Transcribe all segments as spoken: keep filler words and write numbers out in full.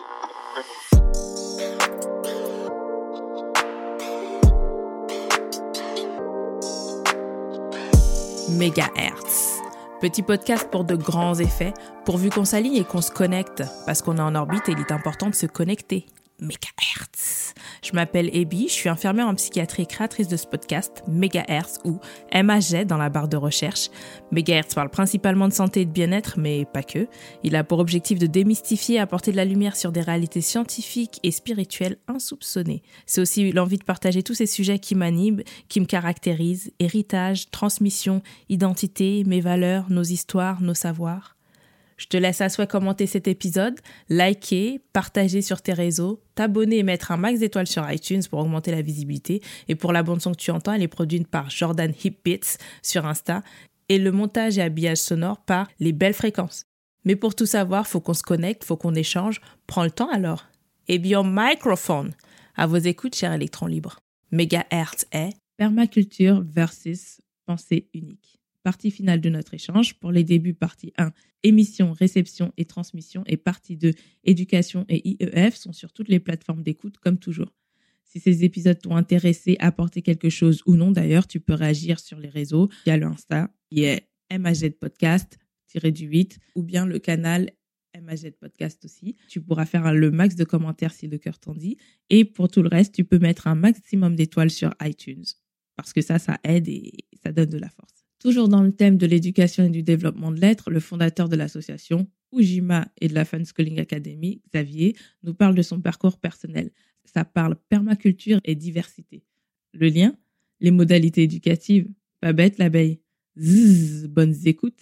Mégahertz. Petit podcast pour de grands effets, pourvu qu'on s'aligne et qu'on se connecte, parce qu'on est en orbite et il est important de se connecter. Mégahertz. Je m'appelle Ebi, je suis infirmière en psychiatrie et créatrice de ce podcast, Mégahertz ou M A G dans la barre de recherche. Mégahertz parle principalement de santé et de bien-être, mais pas que. Il a pour objectif de démystifier et apporter de la lumière sur des réalités scientifiques et spirituelles insoupçonnées. C'est aussi l'envie de partager tous ces sujets qui m'animent, qui me caractérisent, héritage, transmission, identité, mes valeurs, nos histoires, nos savoirs. Je te laisse à souhait commenter cet épisode, liker, partager sur tes réseaux, t'abonner et mettre un max d'étoiles sur iTunes pour augmenter la visibilité. Et pour la bande-son que tu entends, elle est produite par Jordan Hipbits sur Insta et le montage et habillage sonore par Les Belles Fréquences. Mais pour tout savoir, faut qu'on se connecte, faut qu'on échange. Prends le temps alors. Et bien, microphone. À vos écoutes, chers électrons libres. Mégahertz est permaculture versus pensée unique. Partie finale de notre échange. Pour les débuts, partie un, émission, réception et transmission, et partie deux, éducation et I E F sont sur toutes les plateformes d'écoute comme toujours. Si ces épisodes t'ont intéressé, apporté quelque chose ou non d'ailleurs, tu peux réagir sur les réseaux via le Insta qui est M A G Podcast du huit ou bien le canal M A G Podcast aussi. Tu pourras faire le max de commentaires si le cœur t'en dit. Et pour tout le reste, tu peux mettre un maximum d'étoiles sur iTunes parce que ça, ça aide et ça donne de la force. Toujours dans le thème de l'éducation et du développement de l'être, le fondateur de l'association Ujima et de la Fun Schooling Academy, Xavier, nous parle de son parcours personnel. Ça parle permaculture et diversité. Le lien, les modalités éducatives, pas bête l'abeille. Zzz, bonnes écoutes.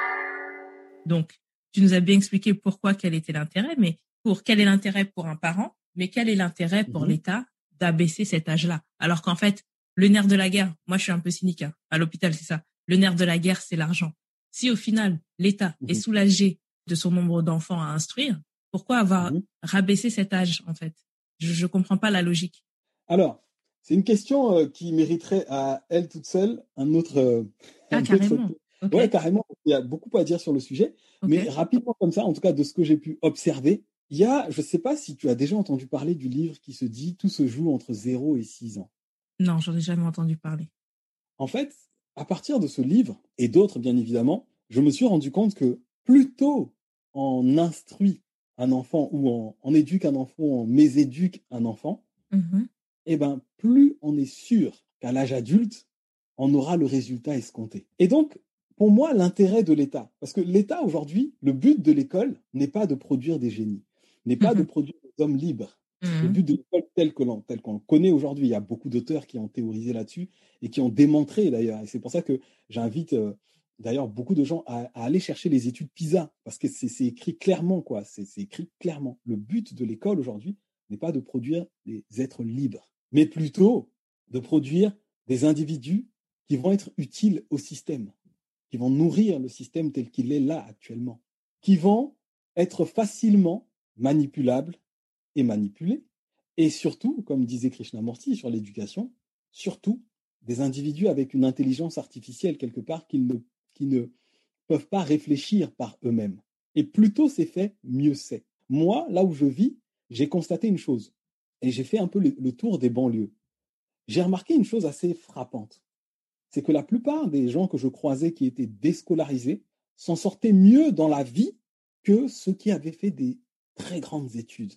Donc, tu nous as bien expliqué pourquoi, quel était l'intérêt, mais pour quel est l'intérêt pour un parent, mais quel est l'intérêt pour mmh. l'État d'abaisser cet âge-là? Alors qu'en fait, le nerf de la guerre, moi je suis un peu cynique, hein, à l'hôpital c'est ça. Le nerf de la guerre, c'est l'argent. Si au final, l'État mmh. est soulagé de son nombre d'enfants à instruire, pourquoi avoir mmh. rabaissé cet âge, en fait? Je ne comprends pas la logique. Alors, c'est une question euh, qui mériterait à elle toute seule un autre... Euh, ah, un carrément. Autre... Okay. Ouais, carrément. Il y a beaucoup à dire sur le sujet. Okay. Mais rapidement comme ça, en tout cas de ce que j'ai pu observer, il y a, je ne sais pas si tu as déjà entendu parler du livre qui se dit « Tout se joue entre zéro et six ans ». Non, j'en ai jamais entendu parler. En fait, à partir de ce livre, et d'autres bien évidemment, je me suis rendu compte que plus tôt on instruit un enfant ou on, on éduque un enfant, on méséduque un enfant, mm-hmm. eh ben, plus on est sûr qu'à l'âge adulte, on aura le résultat escompté. Et donc, pour moi, l'intérêt de l'État, parce que l'État aujourd'hui, le but de l'école n'est pas de produire des génies, n'est pas mm-hmm. de produire des hommes libres. Le but de l'école tel que l'on, tel qu'on le connaît aujourd'hui, il y a beaucoup d'auteurs qui ont théorisé là-dessus et qui ont démontré d'ailleurs. Et c'est pour ça que j'invite euh, d'ailleurs beaucoup de gens à, à aller chercher les études PISA, parce que c'est, c'est écrit clairement, quoi. C'est, c'est écrit clairement. Le but de l'école aujourd'hui n'est pas de produire des êtres libres, mais plutôt de produire des individus qui vont être utiles au système, qui vont nourrir le système tel qu'il est là actuellement, qui vont être facilement manipulables et manipulés, et surtout, comme disait Krishnamurti sur l'éducation, surtout des individus avec une intelligence artificielle quelque part qui ne, qui ne peuvent pas réfléchir par eux-mêmes. Et plus tôt c'est fait, mieux c'est. Moi, là où je vis, j'ai constaté une chose, et j'ai fait un peu le, le tour des banlieues. J'ai remarqué une chose assez frappante, c'est que la plupart des gens que je croisais qui étaient déscolarisés s'en sortaient mieux dans la vie que ceux qui avaient fait des très grandes études.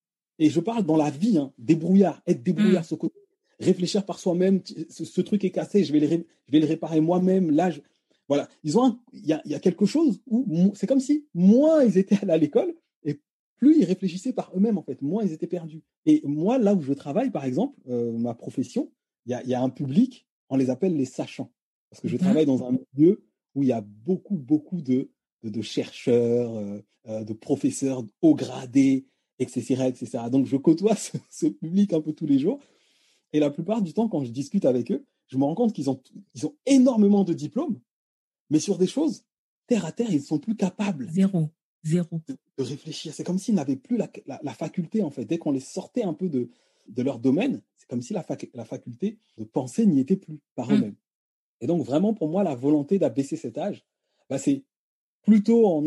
Et je parle dans la vie, hein, débrouillard, être débrouillard, mmh. ce côté, réfléchir par soi-même, ce, ce truc est cassé, je vais le, ré, je vais le réparer moi-même. Là, je, voilà, ils ont, il y a, y a quelque chose où c'est comme si moins ils étaient allés à l'école et plus ils réfléchissaient par eux-mêmes en fait, moins ils étaient perdus. Et moi, là où je travaille, par exemple, euh, ma profession, il y a, y a un public, on les appelle les sachants, parce que je mmh. travaille dans un milieu où il y a beaucoup, beaucoup de, de, de chercheurs, euh, de professeurs haut gradés, et cetera, et cetera. Donc, je côtoie ce, ce public un peu tous les jours. Et la plupart du temps, quand je discute avec eux, je me rends compte qu'ils ont, ils ont énormément de diplômes, mais sur des choses, terre à terre, ils ne sont plus capables. Zéro. Zéro. De, de réfléchir. C'est comme s'ils n'avaient plus la, la, la faculté, en fait. Dès qu'on les sortait un peu de, de leur domaine, c'est comme si la, fac, la faculté de penser n'y était plus par mmh. eux-mêmes. Et donc, vraiment, pour moi, la volonté d'abaisser cet âge, bah, c'est plutôt on a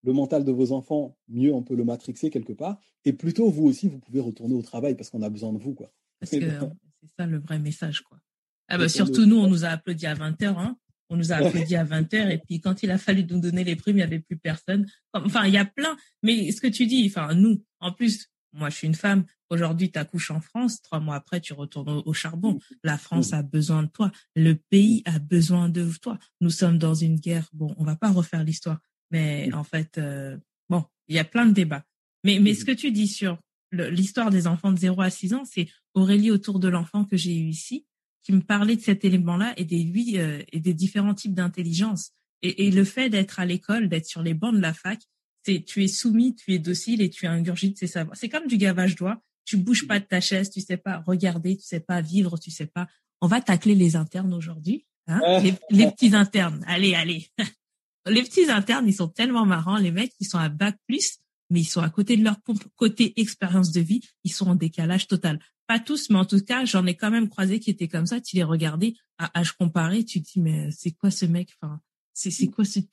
le mental de vos enfants, mieux on peut le matrixer quelque part. Et plus tôt, vous aussi, vous pouvez retourner au travail parce qu'on a besoin de vous, quoi. Parce que c'est ça le vrai message, quoi. Ah bah, Retournez au surtout nous, on travail. nous a applaudi à vingt heures, hein. On nous a applaudi à vingt heures et puis quand il a fallu nous donner les primes, il n'y avait plus personne. Enfin, il y a plein. Mais ce que tu dis, enfin, nous, en plus, moi, je suis une femme. Aujourd'hui, tu accouches en France. Trois mois après, tu retournes au, au charbon. La France a besoin de toi. Le pays a besoin de toi. Nous sommes dans une guerre. Bon, on va pas refaire l'histoire. Mais en fait, euh, bon, il y a plein de débats. Mais, mais ce que tu dis sur le- l'histoire des enfants de zéro à six ans, c'est Aurélie autour de l'enfant que j'ai eu ici, qui me parlait de cet élément-là et des lui euh, et des différents types d'intelligence. Et, et le fait d'être à l'école, d'être sur les bancs de la fac, c'est tu es soumis, tu es docile et tu ingurgites ses savoirs. C'est comme du gavage d'oie. Tu bouges pas de ta chaise, tu sais pas regarder, tu sais pas vivre, tu sais pas. On va tacler les internes aujourd'hui, hein, les, les petits internes. Allez, allez. Les petits internes, ils sont tellement marrants. Les mecs, ils sont à bac plus, mais ils sont à côté de leur pompe, côté expérience de vie, ils sont en décalage total. Pas tous, mais en tout cas, j'en ai quand même croisé qui étaient comme ça. Tu les regardais à âge comparé, tu te dis, mais c'est quoi ce mec? Enfin, c'est, c'est quoi ce,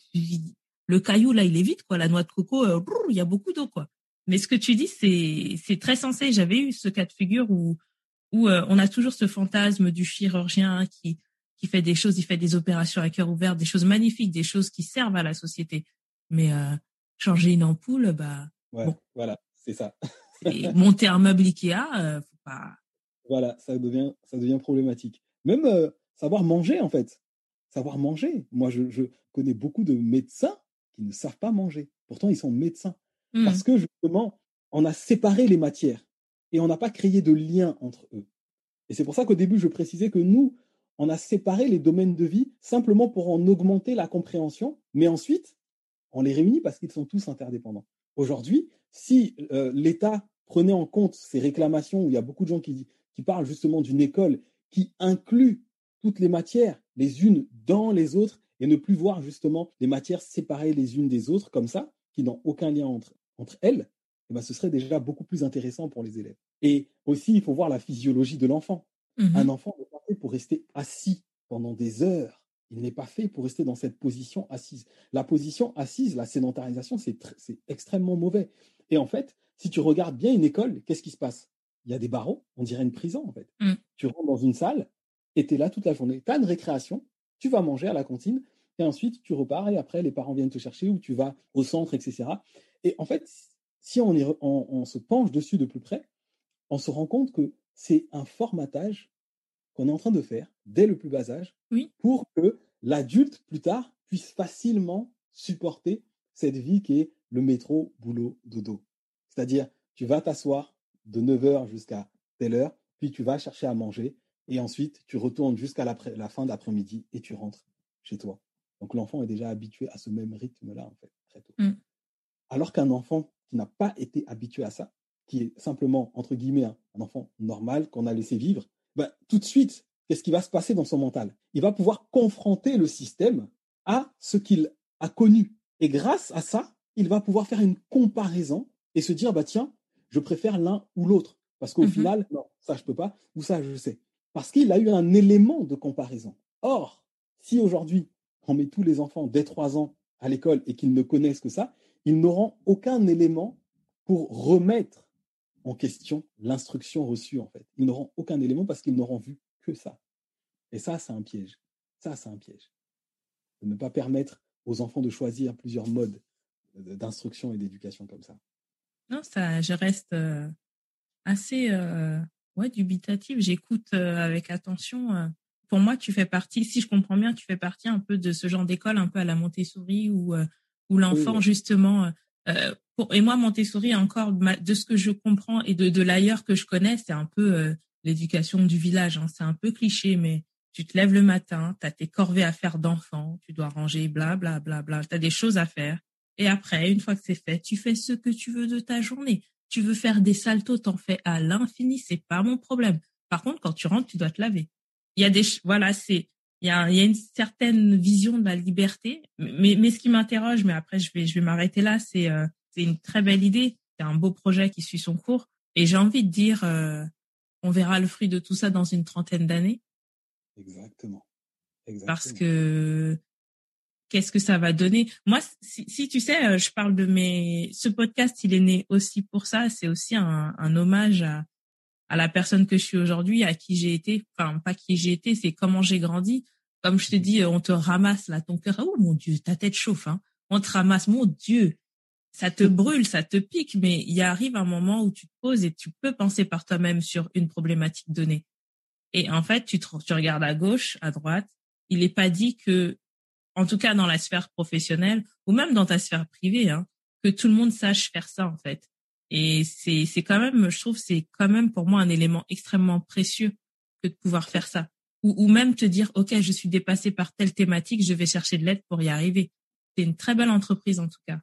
le caillou, là, il est vide, quoi. La noix de coco, euh, brrr, il y a beaucoup d'eau, quoi. Mais ce que tu dis, c'est, c'est très sensé. J'avais eu ce cas de figure où, où euh, on a toujours ce fantasme du chirurgien qui, qui fait des choses, il fait des opérations à cœur ouvert, des choses magnifiques, des choses qui servent à la société. Mais euh, changer une ampoule, bah Ouais, bon, voilà, c'est ça. c'est monter un meuble Ikea, euh, faut pas. Voilà, ça devient, ça devient problématique. Même euh, savoir manger, en fait. Savoir manger. Moi, je, je connais beaucoup de médecins qui ne savent pas manger. Pourtant, ils sont médecins. Mm. Parce que, justement, on a séparé les matières et on n'a pas créé de lien entre eux. Et c'est pour ça qu'au début, je précisais que nous, on a séparé les domaines de vie simplement pour en augmenter la compréhension, mais ensuite, on les réunit parce qu'ils sont tous interdépendants. Aujourd'hui, si euh, l'État prenait en compte ces réclamations, où il y a beaucoup de gens qui, qui parlent justement d'une école qui inclut toutes les matières, les unes dans les autres, et ne plus voir justement les matières séparées les unes des autres, comme ça, qui n'ont aucun lien entre, entre elles, eh ben, ce serait déjà beaucoup plus intéressant pour les élèves. Et aussi, il faut voir la physiologie de l'enfant. Mm-hmm. Un enfant n'est pas fait pour rester assis pendant des heures. Il n'est pas fait pour rester dans cette position assise. La position assise, la sédentarisation, c'est, tr- c'est extrêmement mauvais. Et en fait, si tu regardes bien une école, qu'est-ce qui se passe? Il y a des barreaux, on dirait une prison en fait. Mm. Tu rentres dans une salle et tu es là toute la journée. Tu as une récréation, tu vas manger à la cantine et ensuite tu repars et après les parents viennent te chercher ou tu vas au centre, et cetera. Et en fait, si on, est, on, on se penche dessus de plus près, on se rend compte que c'est un formatage qu'on est en train de faire dès le plus bas âge Oui. pour que l'adulte, plus tard, puisse facilement supporter cette vie qui est le métro, boulot, dodo. C'est-à-dire, tu vas t'asseoir de neuf heures jusqu'à telle heure, puis tu vas chercher à manger, et ensuite, tu retournes jusqu'à la fin d'après-midi et tu rentres chez toi. Donc, l'enfant est déjà habitué à ce même rythme-là, en fait, très tôt. Mm. Alors qu'un enfant qui n'a pas été habitué à ça, qui est simplement, entre guillemets, un, un enfant normal qu'on a laissé vivre, ben, tout de suite, qu'est-ce qui va se passer dans son mental? Il va pouvoir confronter le système à ce qu'il a connu. Et grâce à ça, il va pouvoir faire une comparaison et se dire, bah tiens, je préfère l'un ou l'autre. Parce qu'au Mm-hmm. final, non, ça je peux pas, ou ça je sais. Parce qu'il a eu un élément de comparaison. Or, si aujourd'hui, on met tous les enfants dès trois ans à l'école et qu'ils ne connaissent que ça, ils n'auront aucun élément pour remettre en question l'instruction reçue, en fait. Ils n'auront aucun élément parce qu'ils n'auront vu que ça. Et ça, c'est un piège. Ça, c'est un piège. De ne pas permettre aux enfants de choisir plusieurs modes d'instruction et d'éducation comme ça. Non, ça, je reste euh, assez euh, ouais, dubitative. J'écoute euh, avec attention. Euh. Pour moi, tu fais partie, si je comprends bien, tu fais partie un peu de ce genre d'école, un peu à la Montessori, où, euh, où l'enfant, Oui, ouais. justement... Euh, pour, et moi, Montessori, encore, de ce que je comprends et de, de l'ailleurs que je connais, c'est un peu euh, l'éducation du village. Hein. C'est un peu cliché, mais tu te lèves le matin, tu as tes corvées à faire d'enfant, tu dois ranger, bla, bla, bla, bla. Tu as des choses à faire. Et après, une fois que c'est fait, tu fais ce que tu veux de ta journée. Tu veux faire des saltos, t'en fais à l'infini, c'est pas mon problème. Par contre, quand tu rentres, tu dois te laver. Il y a des, voilà, c'est, il y a, il y a une certaine vision de la liberté. Mais, mais ce qui m'interroge, mais après, je vais, je vais m'arrêter là, c'est, euh, c'est une très belle idée. C'est un beau projet qui suit son cours. Et j'ai envie de dire, euh, on verra le fruit de tout ça dans une trentaine d'années. Exactement. Exactement. Parce que qu'est-ce que ça va donner. Moi, si, si tu sais, je parle de mes... Ce podcast, il est né aussi pour ça. C'est aussi un, un hommage à, à la personne que je suis aujourd'hui, à qui j'ai été. Enfin, pas qui j'ai été, c'est comment j'ai grandi. Comme je te dis, on te ramasse là, ton cœur. Oh mon Dieu, ta tête chauffe. Hein. On te ramasse, mon Dieu. Ça te brûle, ça te pique, mais il arrive un moment où tu te poses et tu peux penser par toi-même sur une problématique donnée. Et en fait, tu, te, tu regardes à gauche, à droite. Il n'est pas dit que, en tout cas dans la sphère professionnelle ou même dans ta sphère privée, hein, que tout le monde sache faire ça en fait. Et c'est c'est quand même, je trouve, c'est quand même pour moi un élément extrêmement précieux que de pouvoir faire ça. Ou, ou même te dire, ok, je suis dépassée par telle thématique, je vais chercher de l'aide pour y arriver. C'est une très belle entreprise en tout cas.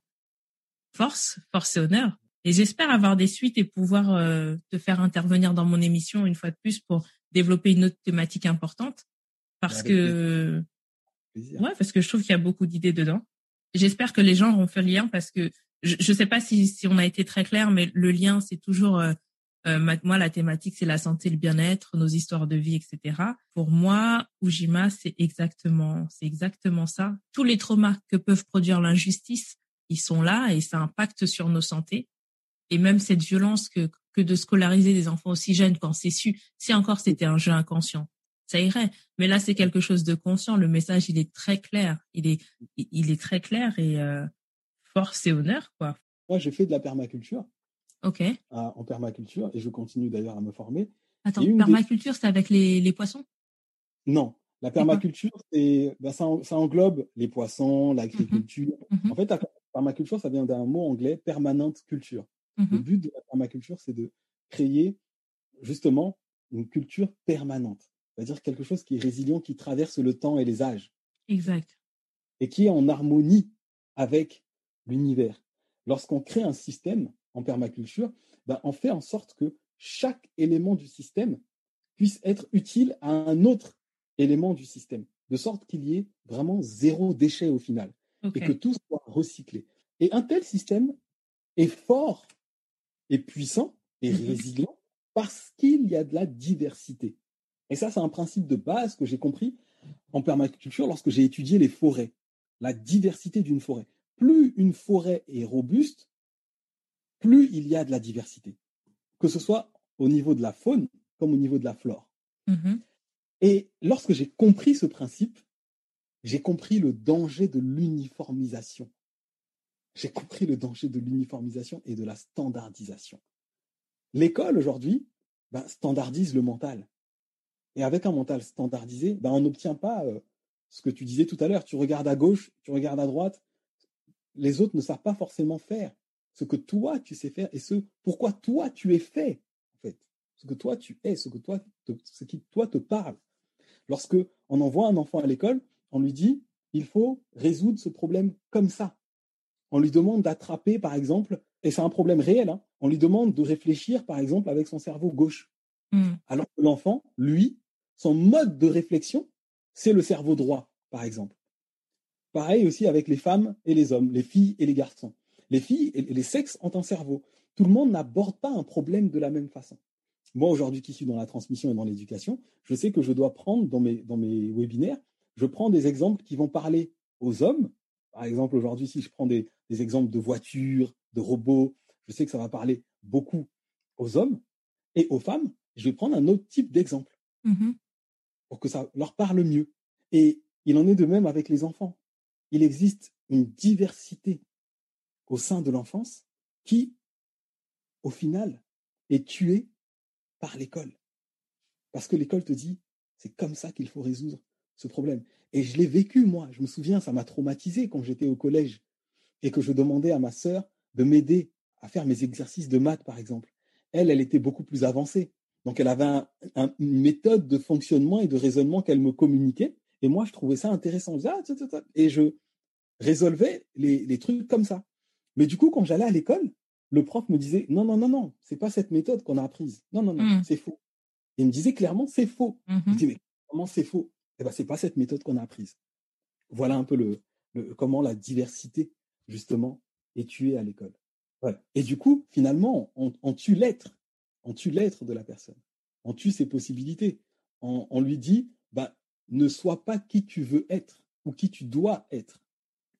Force, force et honneur. Et j'espère avoir des suites et pouvoir euh, te faire intervenir dans mon émission une fois de plus pour développer une autre thématique importante. Parce Avec que, plaisir. ouais, parce que je trouve qu'il y a beaucoup d'idées dedans. J'espère que les gens auront fait le lien parce que je ne sais pas si, si on a été très clair, mais le lien, c'est toujours, euh, euh, moi, la thématique, c'est la santé, le bien-être, nos histoires de vie, et cetera. Pour moi, Ujima, c'est exactement, c'est exactement ça. Tous les traumas que peuvent produire l'injustice, ils sont là et ça impacte sur nos santé. Et même cette violence que, que de scolariser des enfants aussi jeunes quand c'est su, si encore c'était un jeu inconscient, ça irait. Mais là, c'est quelque chose de conscient. Le message, il est très clair. Il est, il est très clair et euh, force et honneur, quoi. Moi, j'ai fait de la permaculture. Ok. À, en permaculture et je continue d'ailleurs à me former. Attends, Et une permaculture, des... c'est avec les, les poissons? Non, la permaculture, c'est, ben, ça, ça englobe les poissons, l'agriculture. Mm-hmm. En fait, la permaculture, ça vient d'un mot anglais, permanent culture. Mm-hmm. Le but de la permaculture, c'est de créer justement une culture permanente, c'est-à-dire quelque chose qui est résilient, qui traverse le temps et les âges. Exact. Et qui est en harmonie avec l'univers. Lorsqu'on crée un système en permaculture, ben, on fait en sorte que chaque élément du système puisse être utile à un autre élément du système, de sorte qu'il y ait vraiment zéro déchet au final, okay. et que tout soit recyclé. Et un tel système est fort et puissant et mm-hmm. résilient parce qu'il y a de la diversité. Et ça, c'est un principe de base que j'ai compris en permaculture lorsque j'ai étudié les forêts, la diversité d'une forêt. Plus une forêt est robuste, plus il y a de la diversité, que ce soit au niveau de la faune comme au niveau de la flore. Mm-hmm. Et lorsque j'ai compris ce principe, j'ai compris le danger de l'uniformisation. J'ai compris le danger de l'uniformisation et de la standardisation. L'école, aujourd'hui, ben, standardise le mental. Et avec un mental standardisé, ben, on n'obtient pas euh, ce que tu disais tout à l'heure. Tu regardes à gauche, tu regardes à droite. Les autres ne savent pas forcément faire ce que toi, tu sais faire et ce pourquoi toi, tu es fait, en fait. Ce que toi, tu es, ce, que toi, te, ce qui, toi, te parle. Lorsque on envoie un enfant à l'école, on lui dit, il faut résoudre ce problème comme ça. On lui demande d'attraper, par exemple, et c'est un problème réel, hein, on lui demande de réfléchir, par exemple, avec son cerveau gauche. Mm. Alors que l'enfant, lui, son mode de réflexion, c'est le cerveau droit, par exemple. Pareil aussi avec les femmes et les hommes, les filles et les garçons. Les filles et les sexes ont un cerveau. Tout le monde n'aborde pas un problème de la même façon. Moi, aujourd'hui, qui suis dans la transmission et dans l'éducation, je sais que je dois prendre dans mes, dans mes webinaires, je prends des exemples qui vont parler aux hommes. Par exemple, aujourd'hui, si je prends des, des exemples de voitures, de robots, je sais que ça va parler beaucoup aux hommes. Et aux femmes, je vais prendre un autre type d'exemple mm-hmm. pour que ça leur parle mieux. Et il en est de même avec les enfants. Il existe une diversité au sein de l'enfance qui, au final, est tuée par l'école. Parce que l'école te dit, c'est comme ça qu'il faut résoudre ce problème. Et je l'ai vécu, moi. Je me souviens, ça m'a traumatisé quand j'étais au collège et que je demandais à ma sœur de m'aider à faire mes exercices de maths, par exemple. Elle, elle était beaucoup plus avancée. Donc, elle avait un, un, une méthode de fonctionnement et de raisonnement qu'elle me communiquait. Et moi, je trouvais ça intéressant. Je disais, ah, et je résolvais les, les trucs comme ça. Mais du coup, quand j'allais à l'école, le prof me disait, non, non, non, non, c'est pas cette méthode qu'on a apprise. Non, non, non, mmh. c'est faux. Et il me disait clairement, c'est faux. Mmh. Je dis, mais comment c'est faux? Eh bien, c'est pas cette méthode qu'on a apprise. Voilà un peu le, le, comment la diversité, justement, est tuée à l'école. Voilà. Et du coup, finalement, on, on tue l'être. On tue l'être de la personne. On tue ses possibilités. On, on lui dit, bah, ne sois pas qui tu veux être ou qui tu dois être.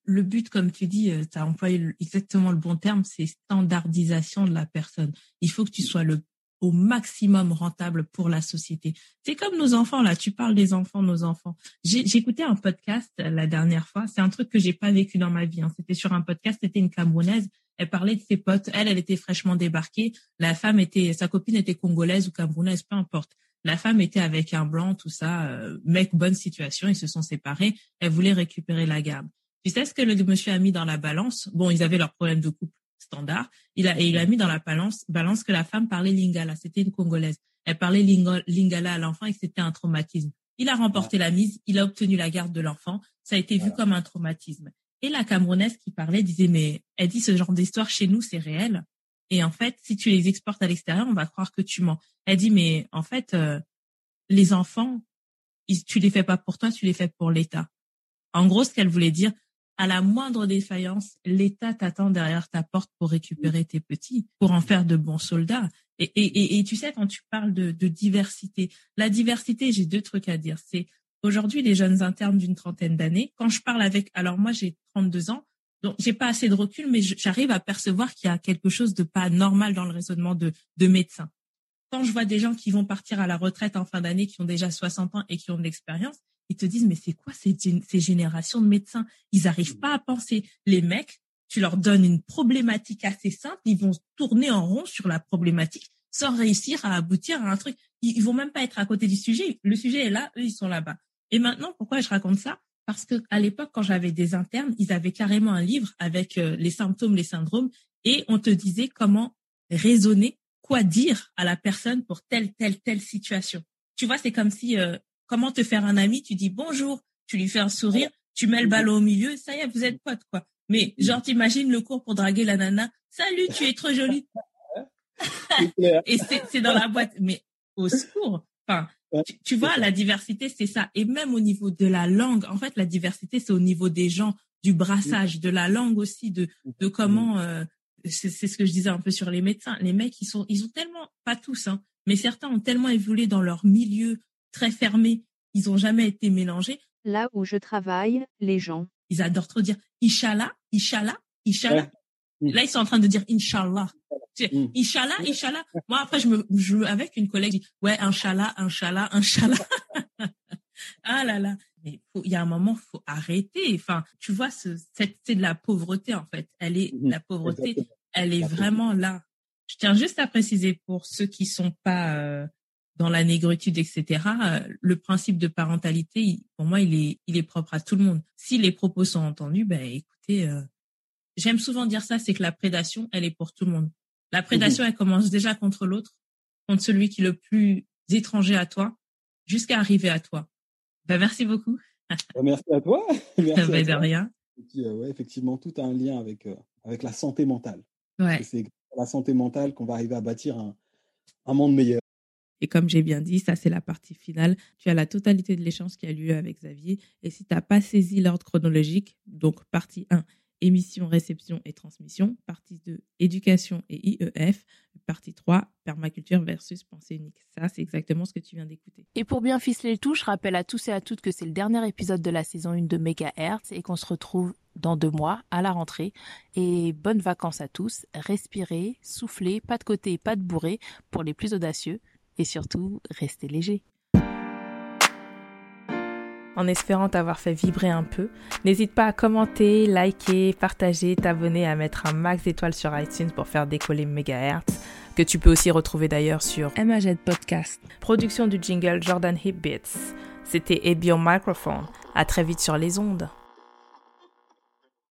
le but, comme tu dis, tu as employé exactement le bon terme, c'est standardisation de la personne. Il faut que tu sois le au maximum rentable pour la société. C'est comme nos enfants, là. Tu parles des enfants, nos enfants. J'ai, j'ai écouté un podcast la dernière fois. C'est un truc que j'ai pas vécu dans ma vie. Hein. C'était sur un podcast. C'était une Camerounaise. Elle parlait de ses potes. Elle, elle était fraîchement débarquée. La femme était, sa copine était congolaise ou camerounaise, peu importe. La femme était avec un blanc, tout ça. Euh, mec, bonne situation. Ils se sont séparés. Elle voulait récupérer la garde. Tu sais ce que le monsieur a mis dans la balance? Bon, ils avaient leur problème de couple standard. Il a, et il a mis dans la balance, balance que la femme parlait lingala. C'était une Congolaise. Elle parlait lingo, lingala à l'enfant et que c'était un traumatisme. Il a remporté la mise. Il a obtenu la garde de l'enfant. Ça a été vu comme un traumatisme. Et la Camerounaise qui parlait disait, mais elle dit ce genre d'histoire chez nous, c'est réel. Et en fait, si tu les exportes à l'extérieur, on va croire que tu mens. Elle dit, mais en fait, euh, les enfants, ils, tu les fais pas pour toi, tu les fais pour l'État. En gros, ce qu'elle voulait dire, à la moindre défaillance, l'État t'attend derrière ta porte pour récupérer tes petits, pour en faire de bons soldats. Et, et, et, et tu sais, quand tu parles de, de diversité, la diversité, j'ai deux trucs à dire. C'est aujourd'hui les jeunes internes d'une trentaine d'années. Quand je parle avec, alors moi j'ai trente-deux ans, donc j'ai pas assez de recul, mais j'arrive à percevoir qu'il y a quelque chose de pas normal dans le raisonnement de, de médecins. Quand je vois des gens qui vont partir à la retraite en fin d'année, qui ont déjà soixante ans et qui ont de l'expérience, ils te disent, mais c'est quoi ces, ces générations de médecins? Ils n'arrivent pas à penser. Les mecs, tu leur donnes une problématique assez simple, ils vont tourner en rond sur la problématique sans réussir à aboutir à un truc. Ils, ils vont même pas être à côté du sujet. Le sujet est là, eux, ils sont là-bas. Et maintenant, pourquoi je raconte ça? Parce que à l'époque, quand j'avais des internes, ils avaient carrément un livre avec euh, les symptômes, les syndromes, et on te disait comment raisonner, quoi dire à la personne pour telle, telle, telle situation. Tu vois, c'est comme si... Euh, comment te faire un ami, tu dis bonjour, tu lui fais un sourire, tu mets le ballon au milieu, ça y est, vous êtes potes, quoi. Mais genre, t'imagines le cours pour draguer la nana, salut, tu es trop jolie. Et c'est, c'est dans la boîte. Mais au secours. Enfin, tu, tu vois, la diversité, c'est ça. Et même au niveau de la langue, en fait, la diversité, c'est au niveau des gens, du brassage, de la langue aussi, de, de comment, euh, c'est, c'est ce que je disais un peu sur les médecins. Les mecs, ils sont, ils ont tellement, pas tous, hein, mais certains ont tellement évolué dans leur milieu, très fermés, ils ont jamais été mélangés. Là où je travaille, les gens, ils adorent trop dire Inch'Allah, Inch'Allah, Inch'Allah. Ouais. Là, ils sont en train de dire Inch'Allah. Mm. Inch'Allah, Inch'Allah. Moi, après, je me, je me, avec une collègue, je dis, ouais, Inch'Allah, Inch'Allah, Inch'Allah. Ah là là. Mais il y a un moment, faut arrêter. Enfin, tu vois, ce, c'est, c'est de la pauvreté, en fait. Elle est, mm. la pauvreté, exactement. Elle est la vraiment pauvreté. Là. Je tiens juste à préciser pour ceux qui sont pas, euh, dans la négritude, et cetera, euh, le principe de parentalité, il, pour moi, il est, il est propre à tout le monde. Si les propos sont entendus, ben, écoutez, euh, j'aime souvent dire ça, c'est que la prédation, elle est pour tout le monde. La prédation, mmh. elle commence déjà contre l'autre, contre celui qui est le plus étranger à toi, jusqu'à arriver à toi. Ben, merci beaucoup. Merci à toi. Merci ben, à de toi. rien. Et puis, euh, ouais, effectivement, tout a un lien avec, euh, avec la santé mentale. Ouais. C'est la santé mentale qu'on va arriver à bâtir un, un monde meilleur. Et comme j'ai bien dit, ça, c'est la partie finale. Tu as la totalité de l'échange qui a lieu avec Xavier. Et si tu n'as pas saisi l'ordre chronologique, donc partie un, émission, réception et transmission. Partie deux, éducation et I E F. Partie trois, permaculture versus pensée unique. Ça, c'est exactement ce que tu viens d'écouter. Et pour bien ficeler le tout, je rappelle à tous et à toutes que c'est le dernier épisode de la saison un de Mégahertz et qu'on se retrouve dans deux mois à la rentrée. Et bonnes vacances à tous. Respirez, soufflez, pas de côté, pas de bourré pour les plus audacieux. Et surtout, restez léger. En espérant t'avoir fait vibrer un peu, n'hésite pas à commenter, liker, partager, t'abonner, à mettre un max d'étoiles sur iTunes pour faire décoller Mégahertz, que tu peux aussi retrouver d'ailleurs sur M A G Podcast. Production du jingle Jordan Hip Beats. C'était Ebi au microphone. À très vite sur les ondes.